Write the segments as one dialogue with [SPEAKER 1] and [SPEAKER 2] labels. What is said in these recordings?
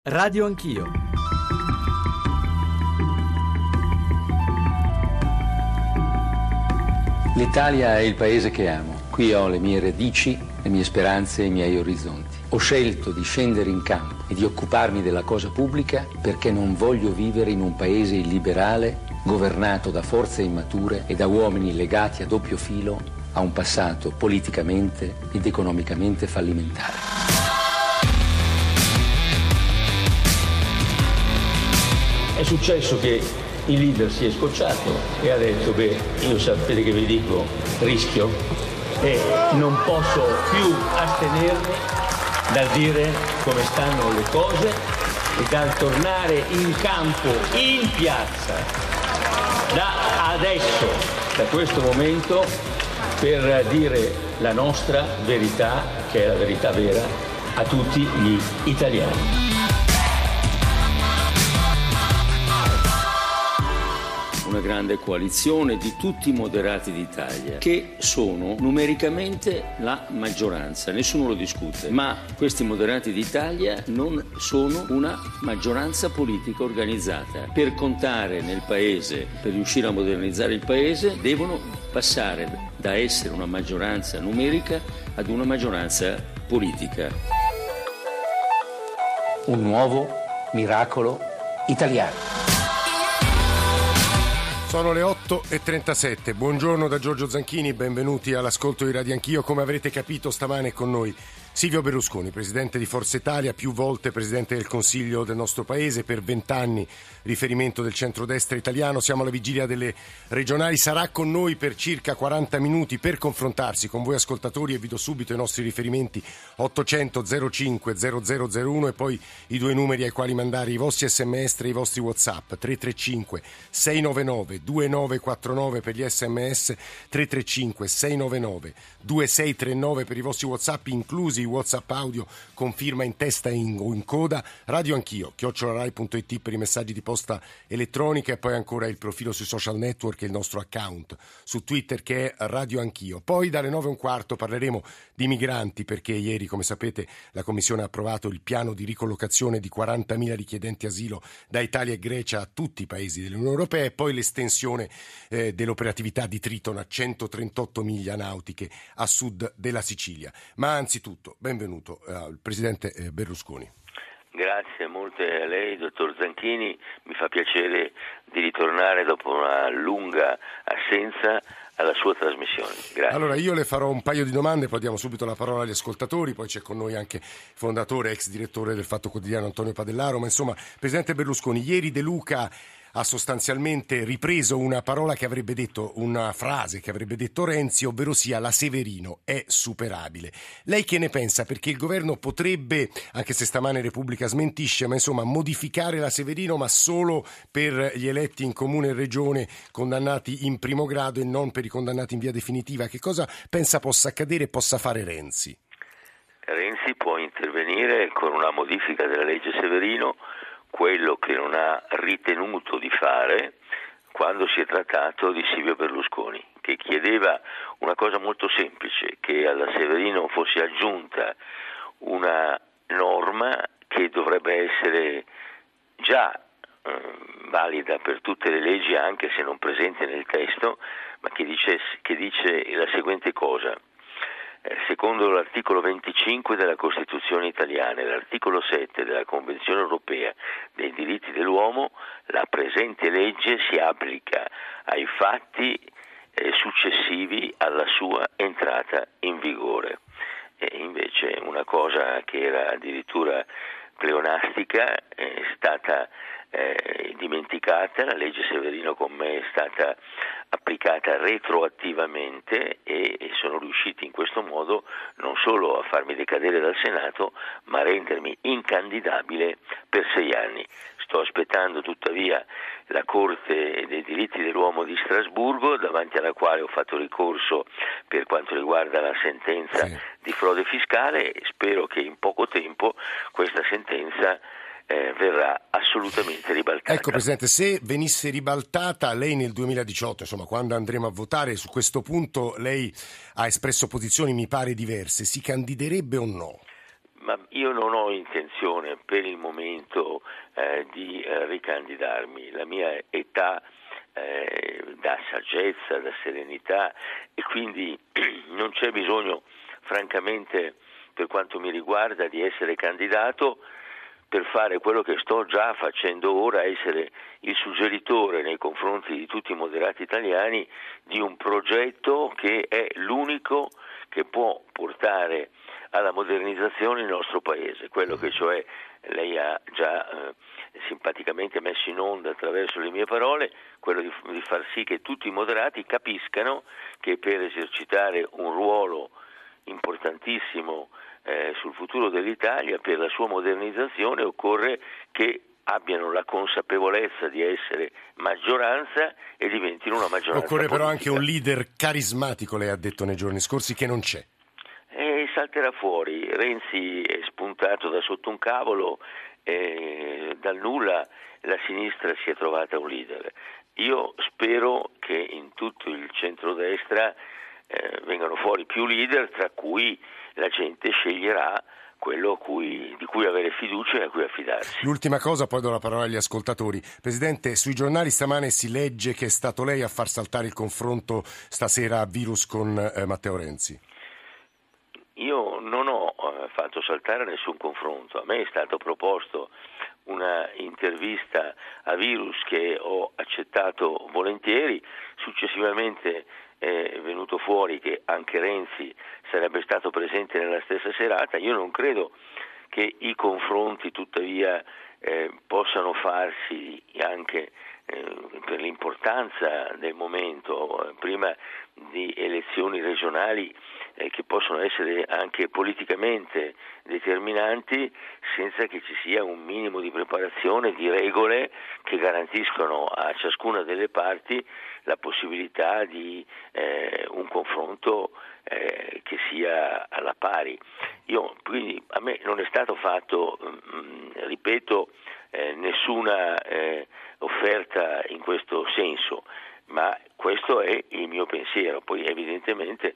[SPEAKER 1] Radio Anch'io.
[SPEAKER 2] L'Italia è il paese che amo. Qui ho le mie radici, le mie speranze e i miei orizzonti. Ho scelto di scendere in campo e di occuparmi della cosa pubblica perché non voglio vivere in un paese illiberale governato da forze immature e da uomini legati a doppio filo a un passato politicamente ed economicamente fallimentare.
[SPEAKER 3] È successo che il leader si è scocciato e ha detto: io sapete che vi dico, rischio e non posso più astenermi dal dire come stanno le cose e dal tornare in campo, in piazza, da adesso, da questo momento, per dire la nostra verità, che è la verità vera, a tutti gli italiani. Una grande coalizione di tutti i moderati d'Italia, che sono numericamente la maggioranza, nessuno lo discute, ma questi moderati d'Italia non sono una maggioranza politica organizzata. Per contare nel Paese, per riuscire a modernizzare il Paese, devono passare da essere una maggioranza numerica ad una maggioranza politica.
[SPEAKER 2] Un nuovo miracolo italiano.
[SPEAKER 4] Sono le 8:37, buongiorno da Giorgio Zanchini, benvenuti all'ascolto di Radio Anch'io. Come avrete capito, stamane è con noi Silvio Berlusconi, presidente di Forza Italia, più volte presidente del Consiglio del nostro paese, per 20 anni riferimento del centrodestra italiano. Siamo alla vigilia delle regionali, sarà con noi per circa 40 minuti per confrontarsi con voi ascoltatori, e vi do subito i nostri riferimenti: 800 05 0001 e poi i due numeri ai quali mandare i vostri sms e i vostri WhatsApp: 335 699 2949 per gli sms, 335 699 2639 per i vostri WhatsApp, inclusi i WhatsApp audio con firma in testa o in coda. Radio Anch'io @rai.it per i messaggi di posta elettronica, e poi ancora il profilo sui social network e il nostro account su Twitter che è Radio Anch'io. Poi dalle 9:15 parleremo di migranti, perché ieri, come sapete, la Commissione ha approvato il piano di ricollocazione di 40.000 richiedenti asilo da Italia e Grecia a tutti i paesi dell'Unione Europea, e poi l'estensione dell'operatività di Triton a 138 miglia nautiche a sud della Sicilia. Ma anzitutto benvenuto al presidente Berlusconi.
[SPEAKER 5] Grazie molte a lei, dottor Zanchini, mi fa piacere di ritornare dopo una lunga assenza alla sua trasmissione. Grazie.
[SPEAKER 4] Allora io le farò un paio di domande, poi diamo subito la parola agli ascoltatori, poi c'è con noi anche il fondatore, ex direttore del Fatto Quotidiano Antonio Padellaro. Ma insomma, presidente Berlusconi, ieri De Luca ha sostanzialmente ripreso una parola che avrebbe detto, una frase che avrebbe detto Renzi, ovvero sia: la Severino è superabile. Lei che ne pensa? Perché il governo potrebbe, anche se stamane Repubblica smentisce, ma insomma modificare la Severino, ma solo per gli eletti in comune e regione condannati in primo grado e non per i condannati in via definitiva. Che cosa pensa possa accadere e possa fare Renzi?
[SPEAKER 5] Renzi può intervenire con una modifica della legge Severino, quello che non ha ritenuto di fare quando si è trattato di Silvio Berlusconi, che chiedeva una cosa molto semplice: che alla Severino fosse aggiunta una norma che dovrebbe essere già valida per tutte le leggi, anche se non presente nel testo, ma che dice la seguente cosa. Secondo l'articolo 25 della Costituzione italiana e l'articolo 7 della Convenzione europea dei diritti dell'uomo, la presente legge si applica ai fatti successivi alla sua entrata in vigore. E invece una cosa che era addirittura pleonastica è stata dimenticata. La legge Severino con me è stata applicata retroattivamente e sono riusciti in questo modo non solo a farmi decadere dal Senato, ma a rendermi incandidabile per 6 anni. Sto aspettando tuttavia la Corte dei diritti dell'uomo di Strasburgo, davanti alla quale ho fatto ricorso per quanto riguarda la sentenza di frode fiscale, e spero che in poco tempo questa sentenza verrà assolutamente ribaltata.
[SPEAKER 4] Ecco, Presidente, se venisse ribaltata, lei nel 2018, insomma, quando andremo a votare su questo punto, lei ha espresso posizioni, mi pare, diverse. Si candiderebbe o no?
[SPEAKER 5] Ma io non ho intenzione per il momento di ricandidarmi. La mia età dà saggezza, dà serenità e quindi non c'è bisogno, francamente, per quanto mi riguarda, di essere candidato per fare quello che sto già facendo ora, essere il suggeritore nei confronti di tutti i moderati italiani di un progetto che è l'unico che può portare alla modernizzazione il nostro Paese, quello che cioè lei ha già simpaticamente messo in onda attraverso le mie parole, quello di far sì che tutti i moderati capiscano che per esercitare un ruolo importantissimo sul futuro dell'Italia, per la sua modernizzazione, occorre che abbiano la consapevolezza di essere maggioranza e diventino una maggioranza
[SPEAKER 4] Occorre
[SPEAKER 5] politica.
[SPEAKER 4] però anche un leader carismatico, lei ha detto nei giorni scorsi, che non c'è.
[SPEAKER 5] Salterà fuori. Renzi è spuntato da sotto un cavolo, dal nulla la sinistra si è trovata un leader. Io spero che in tutto il centrodestra vengano fuori più leader, tra cui la gente sceglierà quello di cui avere fiducia e a cui affidarsi.
[SPEAKER 4] L'ultima cosa, poi do la parola agli ascoltatori. Presidente, sui giornali stamane si legge che è stato lei a far saltare il confronto stasera a Virus con Matteo Renzi.
[SPEAKER 5] Io non ho fatto saltare nessun confronto. A me è stato proposto una intervista a Virus che ho accettato volentieri. Successivamente è venuto fuori che anche Renzi sarebbe stato presente nella stessa serata. Io non credo che i confronti tuttavia possano farsi anche per l'importanza del momento, prima di elezioni regionali che possono essere anche politicamente determinanti, senza che ci sia un minimo di preparazione, di regole che garantiscono a ciascuna delle parti la possibilità di un confronto che sia alla pari. Quindi a me non è stato fatto, ripeto, nessuna offerta in questo senso, ma questo è il mio pensiero. Poi evidentemente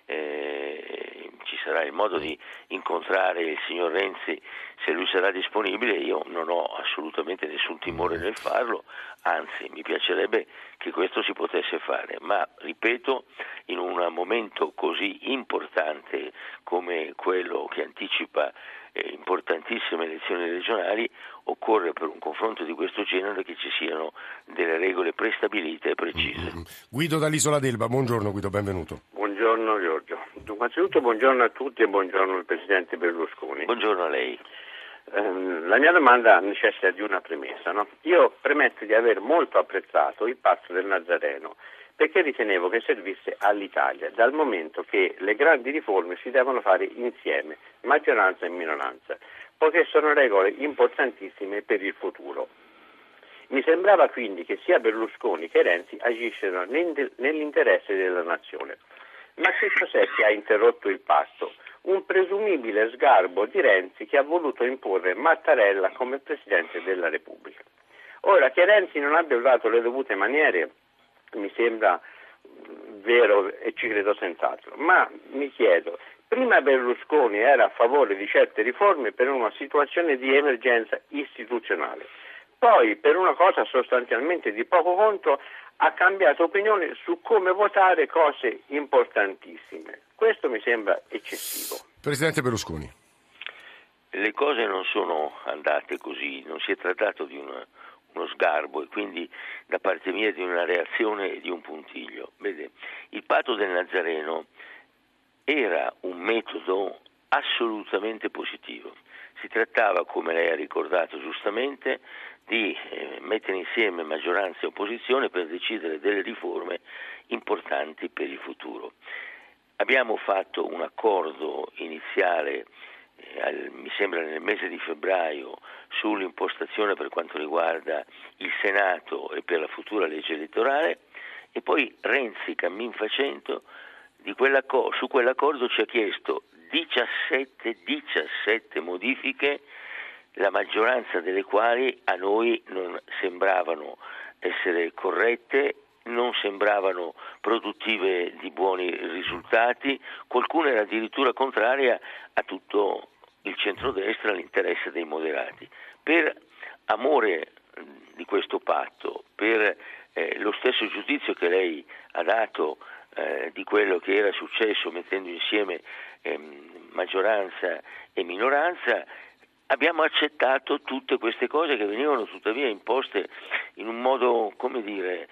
[SPEAKER 5] ci sarà il modo di incontrare il signor Renzi se lui sarà disponibile. Io non ho assolutamente nessun timore nel farlo, anzi mi piacerebbe che questo si potesse fare, ma ripeto, in un momento così importante come quello che anticipa importantissime elezioni regionali, occorre per un confronto di questo genere che ci siano delle regole prestabilite e precise.
[SPEAKER 4] Guido dall'Isola d'Elba, buongiorno Guido, benvenuto.
[SPEAKER 1] Buongiorno Giorgio. Innanzitutto buongiorno a tutti e buongiorno al Presidente Berlusconi.
[SPEAKER 5] Buongiorno a lei.
[SPEAKER 1] La mia domanda necessita di una premessa, no? Io premetto di aver molto apprezzato il patto del Nazareno, perché ritenevo che servisse all'Italia, dal momento che le grandi riforme si devono fare insieme, maggioranza e minoranza, poiché sono regole importantissime per il futuro. Mi sembrava quindi che sia Berlusconi che Renzi agissero nell'interesse della nazione. Ma che cos'è che ha interrotto il patto? Un presumibile sgarbo di Renzi che ha voluto imporre Mattarella come Presidente della Repubblica. Ora, che Renzi non abbia usato le dovute maniere mi sembra vero e ci credo senz'altro, ma mi chiedo, prima Berlusconi era a favore di certe riforme per una situazione di emergenza istituzionale, poi per una cosa sostanzialmente di poco conto ha cambiato opinione su come votare cose importantissime. Questo mi sembra eccessivo.
[SPEAKER 4] Presidente Berlusconi.
[SPEAKER 5] Le cose non sono andate così, non si è trattato di uno sgarbo e quindi da parte mia di una reazione e di un puntiglio. Vede, il patto del Nazareno era un metodo assolutamente positivo. Si trattava, come lei ha ricordato giustamente, di mettere insieme maggioranza e opposizione per decidere delle riforme importanti per il futuro. Abbiamo fatto un accordo iniziale, mi sembra nel mese di febbraio, sull'impostazione per quanto riguarda il Senato e per la futura legge elettorale, e poi Renzi, cammin facendo, su quell'accordo ci ha chiesto 17 modifiche, la maggioranza delle quali a noi non sembravano essere corrette, non sembravano produttive di buoni risultati, qualcuna era addirittura contraria a tutto il centrodestra l'interesse dei moderati. Per amore di questo patto, per lo stesso giudizio che lei ha dato di quello che era successo mettendo insieme maggioranza e minoranza, abbiamo accettato tutte queste cose che venivano tuttavia imposte in un modo, come dire,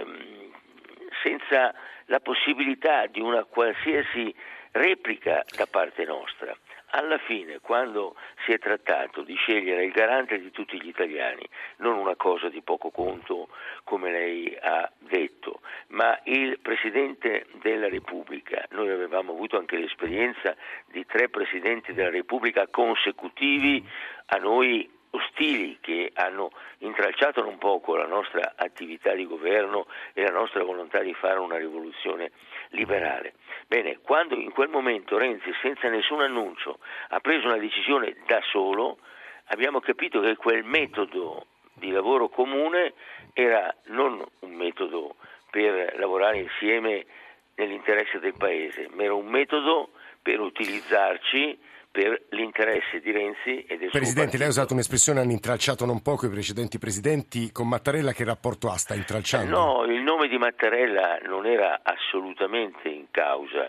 [SPEAKER 5] senza la possibilità di una qualsiasi replica da parte nostra. Alla fine, quando si è trattato di scegliere il garante di tutti gli italiani, non una cosa di poco conto come lei ha detto, ma il Presidente della Repubblica, noi avevamo avuto anche l'esperienza di 3 Presidenti della Repubblica consecutivi a noi ostili, che hanno intralciato non poco la nostra attività di governo e la nostra volontà di fare una rivoluzione liberale. Bene, quando in quel momento Renzi, senza nessun annuncio, ha preso una decisione da solo, abbiamo capito che quel metodo di lavoro comune era non un metodo per lavorare insieme nell'interesse del Paese, ma era un metodo per utilizzarci per l'interesse di Renzi e del
[SPEAKER 4] Presidente,
[SPEAKER 5] suo partito.
[SPEAKER 4] lei ha usato un'espressione, hanno intralciato non poco i precedenti presidenti. Con Mattarella che rapporto ha? Sta intralciando?
[SPEAKER 5] No, il nome di Mattarella non era assolutamente in causa.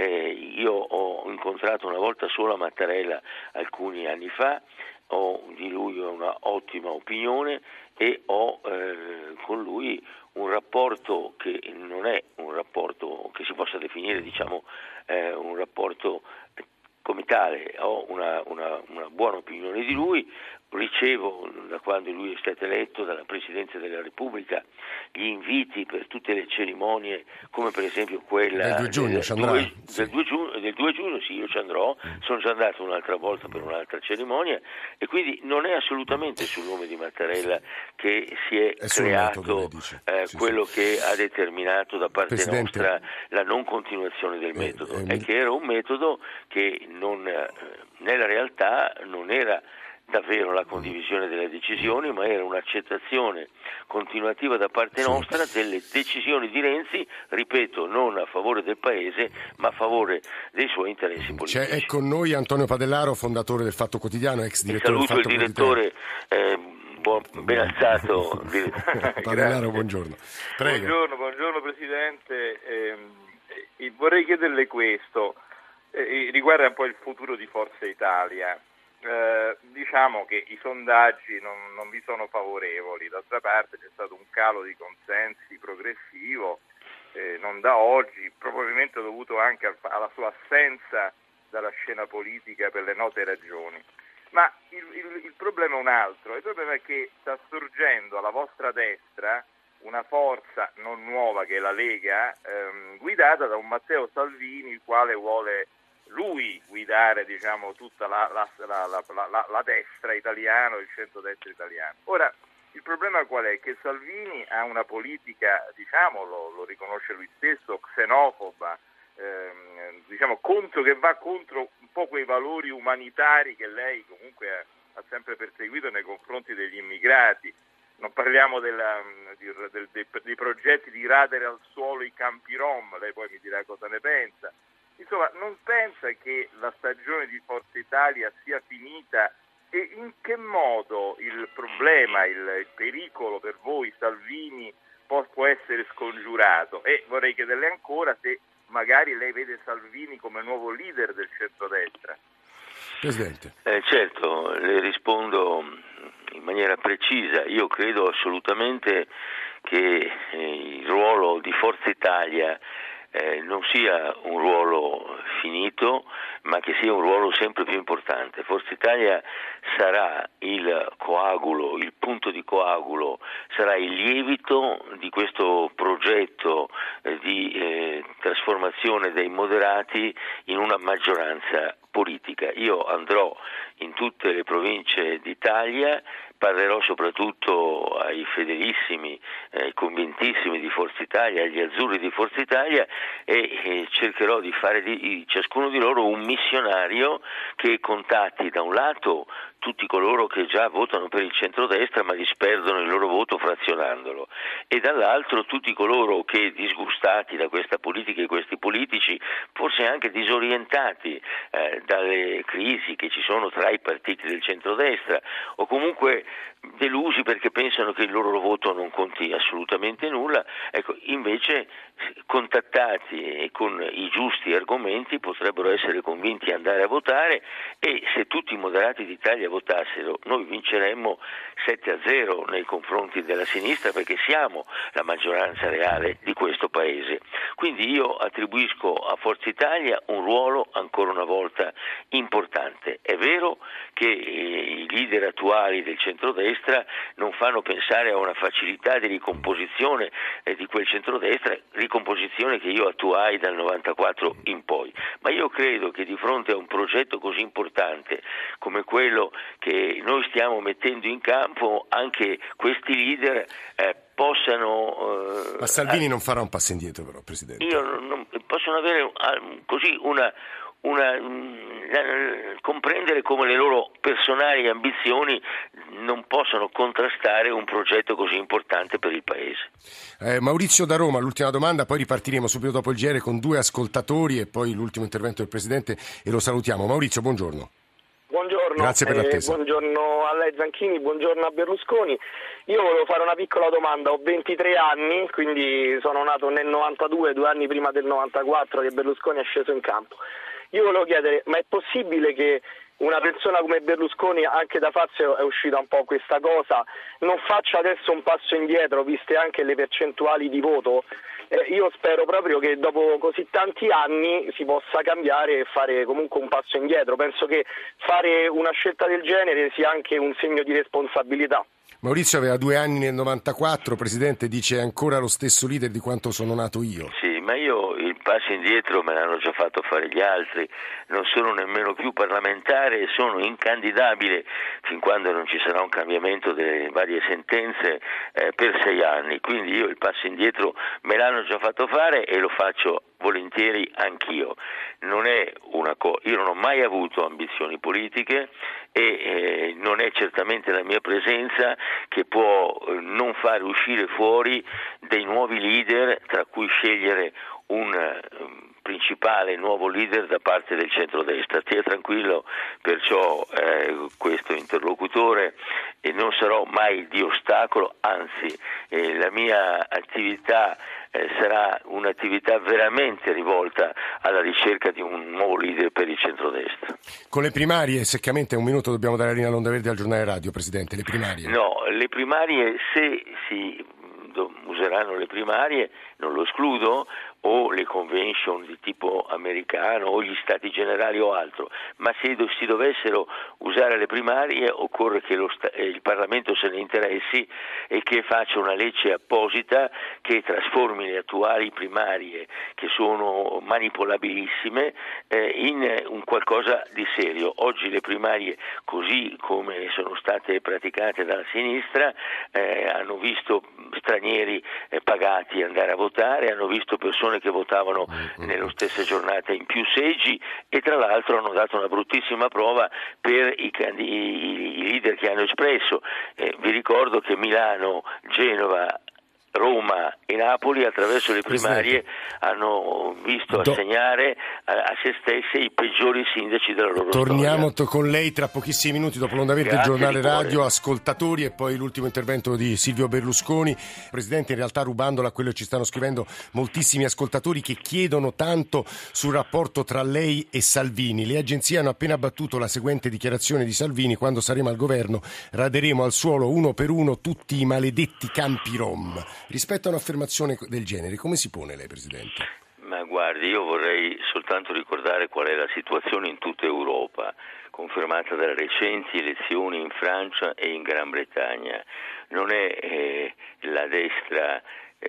[SPEAKER 5] Io ho incontrato una volta sola Mattarella alcuni anni fa, ho di lui una ottima opinione e ho con lui un rapporto che non è un rapporto che si possa definire, diciamo, un rapporto come tale. Ho una buona opinione di lui, ricevo da quando lui è stato eletto dalla Presidenza della Repubblica gli inviti per tutte le cerimonie, come per esempio quella
[SPEAKER 4] del 2 giugno,
[SPEAKER 5] del 2 giugno, sì, io ci andrò, sono già andato un'altra volta per un'altra cerimonia, e quindi non è assolutamente sul nome di Mattarella che si è creato quello che ha determinato da parte nostra la non continuazione del metodo, è che era un metodo che nella realtà non era davvero la condivisione delle decisioni, ma era un'accettazione continuativa da parte nostra delle decisioni di Renzi, ripeto, non a favore del Paese, ma a favore dei suoi interessi politici.
[SPEAKER 4] È con noi Antonio Padellaro, fondatore del Fatto Quotidiano, ex direttore del Fatto Quotidiano.
[SPEAKER 5] Saluto il direttore, ben alzato.
[SPEAKER 4] Padellaro, buongiorno. Prego.
[SPEAKER 6] Buongiorno Presidente. Vorrei chiederle questo, riguarda un po' il futuro di Forza Italia. Diciamo che i sondaggi non vi sono favorevoli, d'altra parte c'è stato un calo di consensi progressivo, non da oggi, probabilmente dovuto anche alla sua assenza dalla scena politica per le note ragioni. Ma il problema è un altro, il problema è che sta sorgendo alla vostra destra una forza non nuova che è la Lega, guidata da un Matteo Salvini, il quale vuole lui guidare, diciamo, tutta la destra italiana, il centrodestra italiano. Ora, il problema qual è? Che Salvini ha una politica, diciamo, lo riconosce lui stesso, xenofoba, diciamo, che va contro un po' quei valori umanitari che lei comunque ha sempre perseguito nei confronti degli immigrati. Non parliamo dei progetti di radere al suolo i campi rom, lei poi mi dirà cosa ne pensa. Insomma, non pensa che la stagione di Forza Italia sia finita, e in che modo il problema, il pericolo per voi, Salvini, può essere scongiurato? E vorrei chiederle ancora se magari lei vede Salvini come nuovo leader del centrodestra.
[SPEAKER 4] Presidente.
[SPEAKER 5] Certo, le rispondo in maniera precisa. Io credo assolutamente che il ruolo di Forza Italia non sia un ruolo finito, ma che sia un ruolo sempre più importante. Forza Italia sarà il coagulo, il punto di coagulo, sarà il lievito di questo progetto di trasformazione dei moderati in una maggioranza politica. Io andrò in tutte le province d'Italia, parlerò soprattutto ai fedelissimi, convintissimi di Forza Italia, agli azzurri di Forza Italia, e cercherò di fare di ciascuno di loro un missionario che contatti da un lato tutti coloro che già votano per il centrodestra ma disperdono il loro voto frazionandolo, e dall'altro tutti coloro che, disgustati da questa politica e questi politici, forse anche disorientati dalle crisi che ci sono tra i partiti del centrodestra, o comunque delusi perché pensano che il loro voto non conti assolutamente nulla, ecco, invece contattati e con i giusti argomenti potrebbero essere convinti a andare a votare, e se tutti i moderati d'Italia votassero noi vinceremmo 7-0 nei confronti della sinistra, perché siamo la maggioranza reale di questo paese. Quindi io attribuisco a Forza Italia un ruolo ancora una volta importante. È vero che i leader attuali del centrodestra non fanno pensare a una facilità di ricomposizione di quel centrodestra, ricomposizione che io attuai dal 94 in poi, ma io credo che di fronte a un progetto così importante come quello che noi stiamo mettendo in campo, anche questi leader possano...
[SPEAKER 4] Ma Salvini non farà un passo indietro, però, Presidente.
[SPEAKER 5] Non possono avere così comprendere come le loro personali ambizioni non possono contrastare un progetto così importante per il Paese.
[SPEAKER 4] Maurizio da Roma, l'ultima domanda, poi ripartiremo subito dopo il GR con 2 ascoltatori e poi l'ultimo intervento del Presidente e lo salutiamo. Maurizio, buongiorno.
[SPEAKER 7] Buongiorno,
[SPEAKER 4] grazie per l'attesa.
[SPEAKER 7] Buongiorno a lei Zanchini, buongiorno a Berlusconi. Io volevo fare una piccola domanda, ho 23 anni, quindi sono nato nel 92, 2 anni prima del 94 che Berlusconi è sceso in campo. Io volevo chiedere, ma è possibile che una persona come Berlusconi, anche da Fazio è uscita un po' questa cosa, non faccia adesso un passo indietro, viste anche le percentuali di voto? Io spero proprio che dopo così tanti anni si possa cambiare e fare comunque un passo indietro. Penso che fare una scelta del genere sia anche un segno di responsabilità.
[SPEAKER 4] Maurizio aveva 2 anni nel 94, Presidente, dice è ancora lo stesso leader di quanto sono nato io.
[SPEAKER 5] Sì, ma io il passo indietro me l'hanno già fatto fare gli altri, non sono nemmeno più parlamentare e sono incandidabile fin quando non ci sarà un cambiamento delle varie sentenze per 6 anni, quindi io il passo indietro me l'hanno già fatto fare e lo faccio volentieri anch'io. Io non ho mai avuto ambizioni politiche e non è certamente la mia presenza che può non fare uscire fuori dei nuovi leader, tra cui scegliere un principale nuovo leader da parte del centrodestra. Stia tranquillo, perciò questo interlocutore, e non sarò mai di ostacolo, anzi la mia attività sarà un'attività veramente rivolta alla ricerca di un nuovo leader per il centrodestra.
[SPEAKER 4] Con le primarie, seccamente, un minuto dobbiamo dare la linea all'Onda Verde al giornale radio, Presidente, le primarie.
[SPEAKER 5] No, le primarie, se si useranno le primarie, non lo escludo, o le convention di tipo americano o gli stati generali o altro, ma se si dovessero usare le primarie occorre che il Parlamento se ne interessi e che faccia una legge apposita che trasformi le attuali primarie, che sono manipolabilissime, in un qualcosa di serio. Oggi le primarie, così come sono state praticate dalla sinistra, hanno visto stranieri pagati andare a votare, hanno visto persone che votavano nelle stesse giornate in più seggi, e tra l'altro hanno dato una bruttissima prova per i leader che hanno espresso. Vi ricordo che Milano, Genova, Roma e Napoli attraverso le primarie hanno visto assegnare a se stesse i peggiori sindaci della loro
[SPEAKER 4] Torniamo
[SPEAKER 5] storia.
[SPEAKER 4] con lei tra pochissimi minuti dopo l'Onda Verde, il giornale radio, ascoltatori, e poi l'ultimo intervento di Silvio Berlusconi. Presidente, in realtà rubandola a quello che ci stanno scrivendo moltissimi ascoltatori che chiedono tanto sul rapporto tra lei e Salvini. Le agenzie hanno appena battuto la seguente dichiarazione di Salvini: quando saremo al governo raderemo al suolo uno per uno tutti i maledetti campi rom. Rispetto a un'affermazione del genere, come si pone lei, Presidente?
[SPEAKER 5] Ma guardi, io vorrei soltanto ricordare qual è la situazione in tutta Europa, confermata dalle recenti elezioni in Francia e in Gran Bretagna. Non è la destra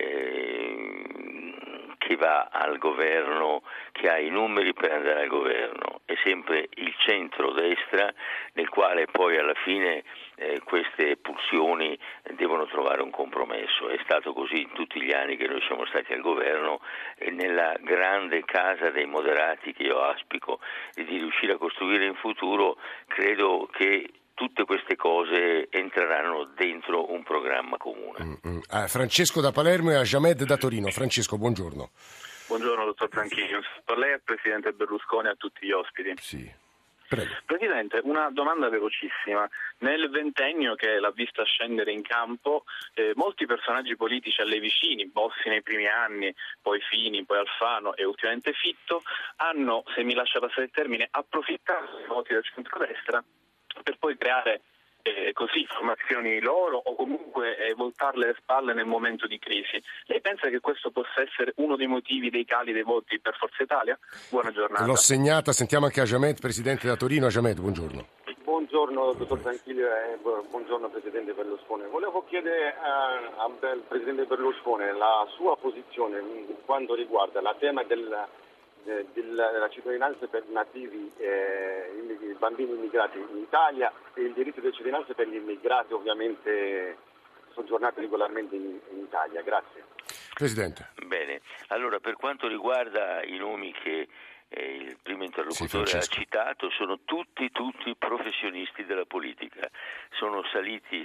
[SPEAKER 5] che va al governo, che ha i numeri per andare al governo, è sempre il centro-destra, nel quale poi alla fine queste pulsioni devono trovare un compromesso. È stato così in tutti gli anni che noi siamo stati al governo, e nella grande casa dei moderati che io auspico di riuscire a costruire in futuro, credo che tutte queste cose entreranno dentro un programma comune.
[SPEAKER 4] Francesco da Palermo e Ajamed da Torino. Francesco, buongiorno.
[SPEAKER 8] Buongiorno dottor Zanchini, a lei, al Presidente Berlusconi e a tutti gli ospiti.
[SPEAKER 4] Sì. Prego.
[SPEAKER 8] Presidente, una domanda velocissima. Nel ventennio che l'ha vista scendere in campo, molti personaggi politici a lei vicini, Bossi nei primi anni, poi Fini, poi Alfano e ultimamente Fitto, hanno, se mi lascia passare il termine, approfittato dei voti del centrodestra per poi creare così formazioni loro o comunque voltarle le spalle nel momento di crisi. Lei pensa che questo possa essere uno dei motivi dei cali dei voti per Forza Italia? Buona giornata.
[SPEAKER 4] L'ho segnata, sentiamo anche Ajamed, Presidente da Torino. Ajamed, buongiorno.
[SPEAKER 9] Buongiorno dottor Zanchini e buongiorno Presidente Berlusconi. Volevo chiedere al Presidente Berlusconi la sua posizione quanto riguarda il tema della cittadinanza per nativi, i bambini immigrati in Italia e il diritto di cittadinanza per gli immigrati ovviamente soggiornati regolarmente in Italia. Grazie.
[SPEAKER 5] Presidente. Bene, allora per quanto riguarda i nomi che il primo interlocutore ha citato, sono tutti professionisti della politica, sono saliti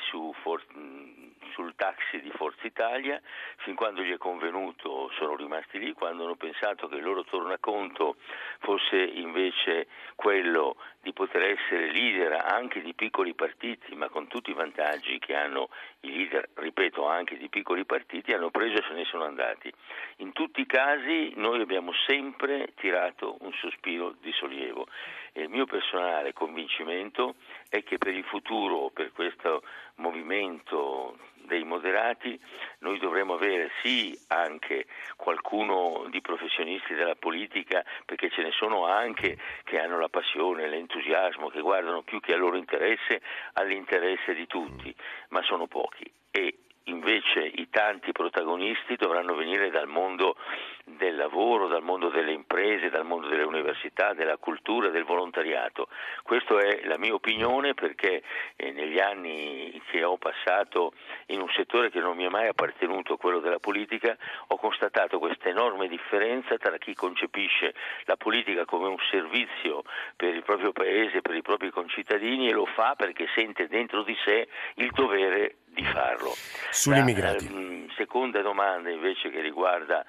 [SPEAKER 5] sul taxi di Forza Italia, fin quando gli è convenuto sono rimasti lì, quando hanno pensato che il loro tornaconto fosse invece quello di poter essere leader anche di piccoli partiti, ma con tutti i vantaggi che hanno i leader, ripeto, anche di piccoli partiti, hanno preso e se ne sono andati. In tutti i casi noi abbiamo sempre tirato un sospiro di sollievo e il mio personale convincimento è che per il futuro, per questo movimento dei moderati, noi dovremo avere sì anche qualcuno di professionisti della politica, perché ce ne sono anche che hanno la passione, l'entusiasmo, che guardano più che al loro interesse all'interesse di tutti, ma sono pochi. E invece i tanti protagonisti dovranno venire dal mondo del lavoro, dal mondo delle imprese, dal mondo delle università, della cultura, del volontariato. Questa è la mia opinione, perché negli anni che ho passato in un settore che non mi è mai appartenuto, quello della politica, ho constatato questa enorme differenza tra chi concepisce la politica come un servizio per il proprio paese, per i propri concittadini, e lo fa perché sente dentro di sé il dovere di farlo.
[SPEAKER 4] Sugli immigrati.
[SPEAKER 5] Seconda domanda invece che riguarda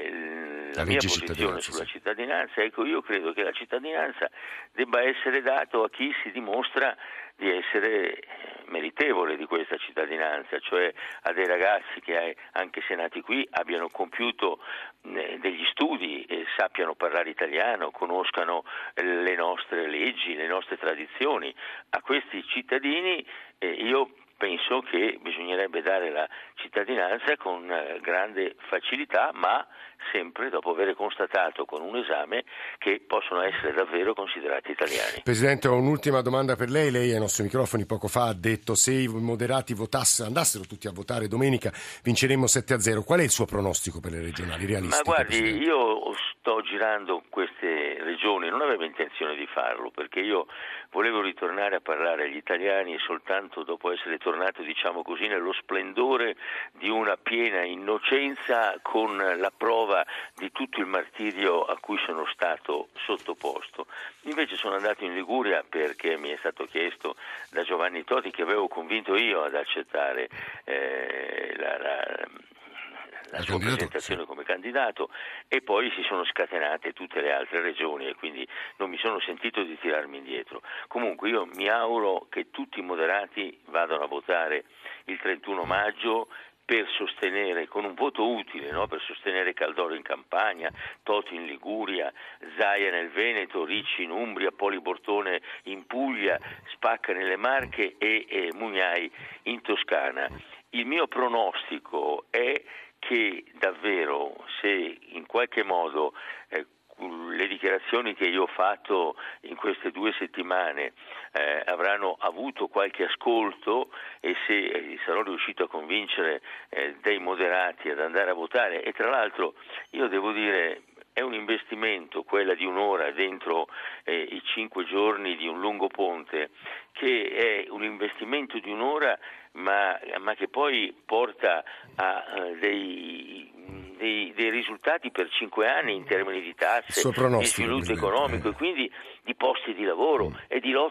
[SPEAKER 5] la mia posizione sulla cittadinanza, ecco, io credo che la cittadinanza debba essere data a chi si dimostra di essere meritevole di questa cittadinanza, cioè a dei ragazzi che anche se nati qui abbiano compiuto degli studi e sappiano parlare italiano, conoscano le nostre leggi, le nostre tradizioni. A questi cittadini io penso che bisognerebbe dare la cittadinanza con grande facilità, ma sempre dopo aver constatato con un esame che possono essere davvero considerati italiani.
[SPEAKER 4] Presidente, ho un'ultima domanda per lei. Lei ai nostri microfoni poco fa ha detto: se i moderati andassero tutti a votare domenica vinceremmo 7-0. Qual è il suo pronostico per le regionali realistiche?
[SPEAKER 5] Ma guardi,
[SPEAKER 4] Presidente?
[SPEAKER 5] io sto girando queste regioni, non avevo intenzione di farlo, perché io volevo ritornare a parlare agli italiani soltanto dopo essere tornato, diciamo così, nello splendore di una piena innocenza, con la prova di tutto il martirio a cui sono stato sottoposto. Invece sono andato in Liguria perché mi è stato chiesto da Giovanni Toti, che avevo convinto io ad accettare la sua presentazione come candidato, e poi si sono scatenate tutte le altre regioni e quindi non mi sono sentito di tirarmi indietro. Comunque io mi auguro che tutti i moderati vadano a votare il 31 maggio per sostenere, con un voto utile, no? Per sostenere Caldoro in Campania, Toti in Liguria, Zaia nel Veneto, Ricci in Umbria, Poli Bortone in Puglia, Spacca nelle Marche e Mugnai in Toscana. Il mio pronostico è che davvero, se in qualche modo le dichiarazioni che io ho fatto in queste 2 settimane avranno avuto qualche ascolto, e se sarò riuscito a convincere dei moderati ad andare a votare, e tra l'altro io devo dire è un investimento quella di un'ora dentro i 5 giorni di un lungo ponte, che è un investimento di un'ora ma che poi porta a dei risultati per 5 anni in termini di tasse, di sviluppo economico e quindi di posti di lavoro e di lotta alla povertà.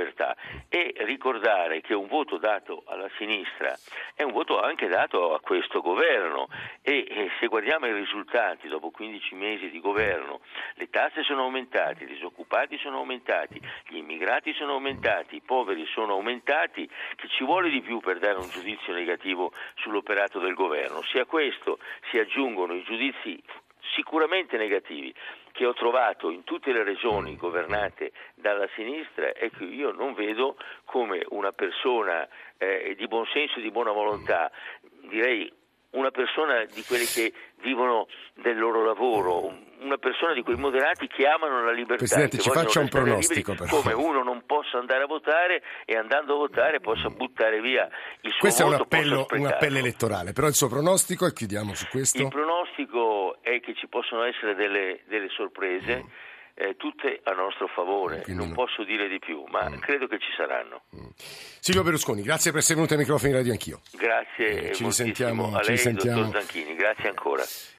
[SPEAKER 5] povertà, e ricordare che un voto dato alla sinistra è un voto anche dato a questo governo, e se guardiamo i risultati dopo 15 mesi di governo, le tasse sono aumentate, i disoccupati sono aumentati, gli immigrati sono aumentati, i poveri sono aumentati, che ci vuole di più per dare un giudizio negativo sull'operato del governo? Se a questo si aggiungono i giudizi sicuramente negativi che ho trovato in tutte le regioni governate dalla sinistra, è che io non vedo come una persona di buon senso e di buona volontà, direi una persona di quelle che vivono del loro lavoro, una persona di quei moderati che amano la libertà.
[SPEAKER 4] Presidente, ci faccia un pronostico
[SPEAKER 5] liberi, come uno non possa andare a votare e andando a votare possa buttare via il suo
[SPEAKER 4] questo
[SPEAKER 5] voto.
[SPEAKER 4] Questo è un appello elettorale, però il suo pronostico, e chiudiamo su questo.
[SPEAKER 5] Il pronostico è che ci possono essere delle sorprese, tutte a nostro favore. Quindi non posso dire di più, ma credo che ci saranno.
[SPEAKER 4] Silvio Berlusconi, grazie per essere venuto ai microfoni Radio Anch'io.
[SPEAKER 5] Grazie
[SPEAKER 4] ci risentiamo
[SPEAKER 5] a lei, dottor Zanchini, grazie ancora.